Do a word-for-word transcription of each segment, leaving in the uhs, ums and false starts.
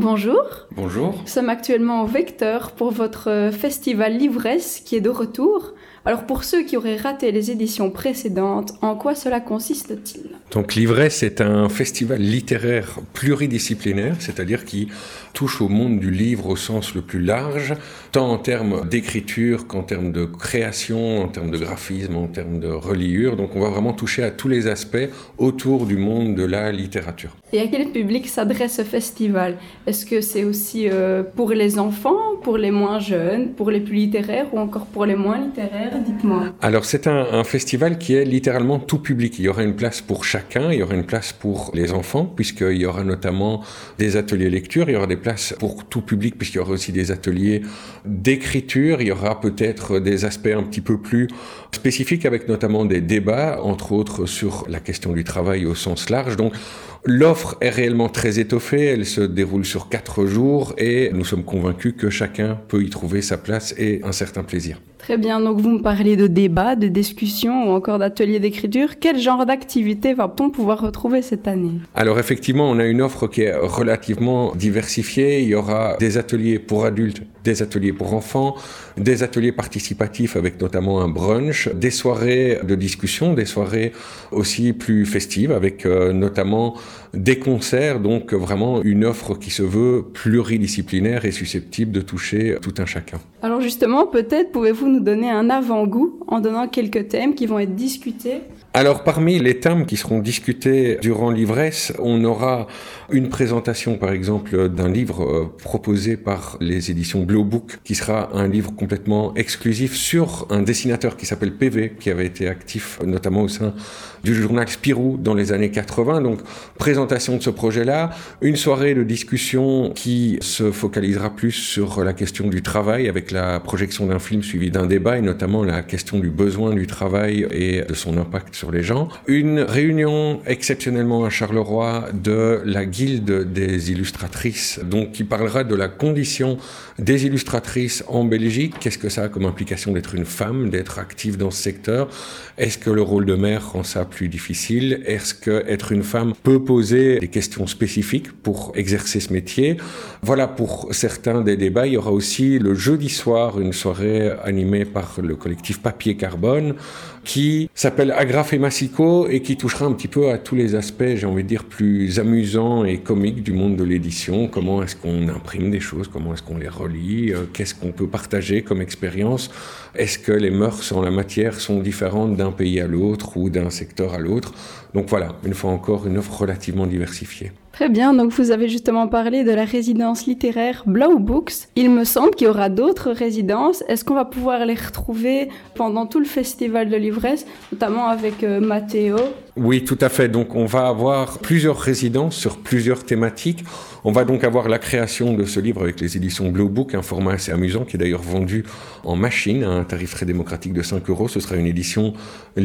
Bonjour. Bonjour. Nous sommes actuellement au Vecteur pour votre festival L'Ivresse qui est de retour. Alors pour ceux qui auraient raté les éditions précédentes, en quoi cela consiste-t-il ? Donc l'Ivresse est un festival littéraire pluridisciplinaire, c'est-à-dire qui touche au monde du livre au sens le plus large, tant en termes d'écriture qu'en termes de création, en termes de graphisme, en termes de reliure. Donc on va vraiment toucher à tous les aspects autour du monde de la littérature. Et à quel public s'adresse ce festival ? Est-ce que c'est aussi euh, pour les enfants, pour les moins jeunes, pour les plus littéraires ou encore pour les moins littéraires ? Dites-moi. Alors c'est un, un festival qui est littéralement tout public. Il y aura une place pour chacun, il y aura une place pour les enfants, puisqu'il y aura notamment des ateliers lecture, il y aura des places pour tout public, puisqu'il y aura aussi des ateliers d'écriture, il y aura peut-être des aspects un petit peu plus spécifiques, avec notamment des débats, entre autres sur la question du travail au sens large. Donc l'offre est réellement très étoffée, elle se déroule sur quatre jours et nous sommes convaincus que chacun peut y trouver sa place et un certain plaisir. Très bien, donc vous me parlez de débats, de discussions ou encore d'ateliers d'écriture. Quel genre d'activité va-t-on pouvoir retrouver cette année ? Alors effectivement, on a une offre qui est relativement diversifiée. Il y aura des ateliers pour adultes, des ateliers pour enfants, des ateliers participatifs avec notamment un brunch, des soirées de discussion, des soirées aussi plus festives avec euh, notamment des concerts, donc vraiment une offre qui se veut pluridisciplinaire et susceptible de toucher tout un chacun. Alors justement, peut-être pouvez-vous nous donner un avant-goût en donnant quelques thèmes qui vont être discutés ? Alors parmi les thèmes qui seront discutés durant l'Ivresse, on aura une présentation par exemple d'un livre euh, proposé par les éditions Glowbook, qui sera un livre complètement exclusif sur un dessinateur qui s'appelle P V, qui avait été actif notamment au sein du journal Spirou dans les années quatre-vingts. Donc présentation de ce projet-là, une soirée de discussion qui se focalisera plus sur la question du travail avec la projection d'un film suivi d'un débat et notamment la question du besoin du travail et de son impact sur les gens. Une réunion exceptionnellement à Charleroi de la Guilde des illustratrices, donc qui parlera de la condition des illustratrices en Belgique. Qu'est-ce que ça a comme implication d'être une femme, d'être active dans ce secteur ? Est-ce que le rôle de mère rend ça plus difficile ? Est-ce que être une femme peut poser des questions spécifiques pour exercer ce métier ? Voilà pour certains des débats. Il y aura aussi le jeudi soir une soirée animée par le collectif Papier Carbone qui s'appelle Agrafe et Massico et qui touchera un petit peu à tous les aspects, j'ai envie de dire, plus amusants et comiques du monde de l'édition. Comment est-ce qu'on imprime des choses ? Comment est-ce qu'on les relie ? Qu'est-ce qu'on peut partager comme expérience ? Est-ce que les mœurs en la matière sont différentes d'un pays à l'autre ou d'un secteur à l'autre ? Donc voilà, une fois encore, une offre relativement diversifiée. Très bien, donc vous avez justement parlé de la résidence littéraire Blow Books. Il me semble qu'il y aura d'autres résidences. Est-ce qu'on va pouvoir les retrouver pendant tout le festival de l'Ivresse, notamment avec euh, Mathéo ? Oui, tout à fait. Donc on va avoir plusieurs résidences sur plusieurs thématiques. On va donc avoir la création de ce livre avec les éditions Glowbook, un format assez amusant qui est d'ailleurs vendu en machine à un tarif très démocratique de cinq euros. Ce sera une édition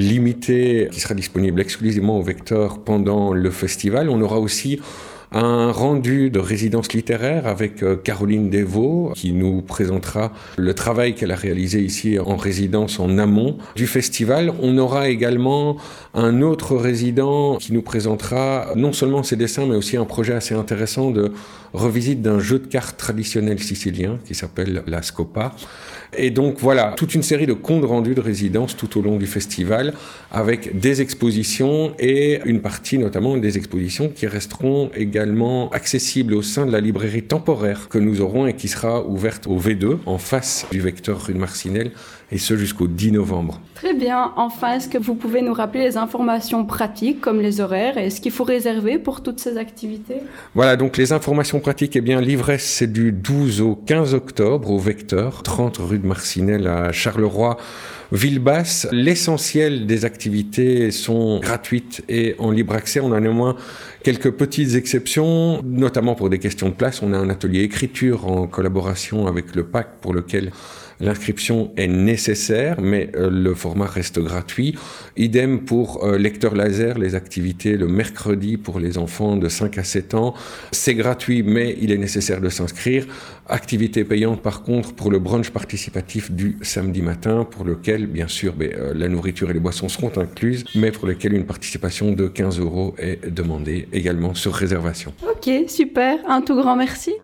limitée qui sera disponible exclusivement au Vecteur pendant le festival. On aura aussi un rendu de résidence littéraire avec Caroline Desvaux qui nous présentera le travail qu'elle a réalisé ici en résidence en amont du festival. On aura également un autre résident qui nous présentera non seulement ses dessins mais aussi un projet assez intéressant de revisite d'un jeu de cartes traditionnel sicilien qui s'appelle la Scopa. Et donc voilà, toute une série de comptes rendus de résidence tout au long du festival avec des expositions et une partie notamment des expositions qui resteront également accessibles au sein de la librairie temporaire que nous aurons et qui sera ouverte au V deux en face du Vecteur rue de Marcinelle et ce jusqu'au dix novembre. Très bien. Enfin, est-ce que vous pouvez nous rappeler les informations pratiques comme les horaires et est-ce qu'il faut réserver pour toutes ces activités ? Voilà, donc les informations pratiques, eh bien l'Ivresse c'est du douze au quinze octobre au Vecteur, trente rue de Marcinelle à Charleroi, Villebasse. L'essentiel des activités sont gratuites et en libre accès. On a néanmoins quelques petites exceptions, notamment pour des questions de place. On a un atelier écriture en collaboration avec le P A C pour lequel l'inscription est nécessaire, mais euh, le format reste gratuit. Idem pour euh, lecteur laser, les activités le mercredi pour les enfants de cinq à sept ans. C'est gratuit, mais il est nécessaire de s'inscrire. Activité payante, par contre, pour le brunch participatif du samedi matin, pour lequel, bien sûr, mais, euh, la nourriture et les boissons seront incluses, mais pour lequel une participation de quinze euros est demandée, également sur réservation. Ok, super. Un tout grand merci.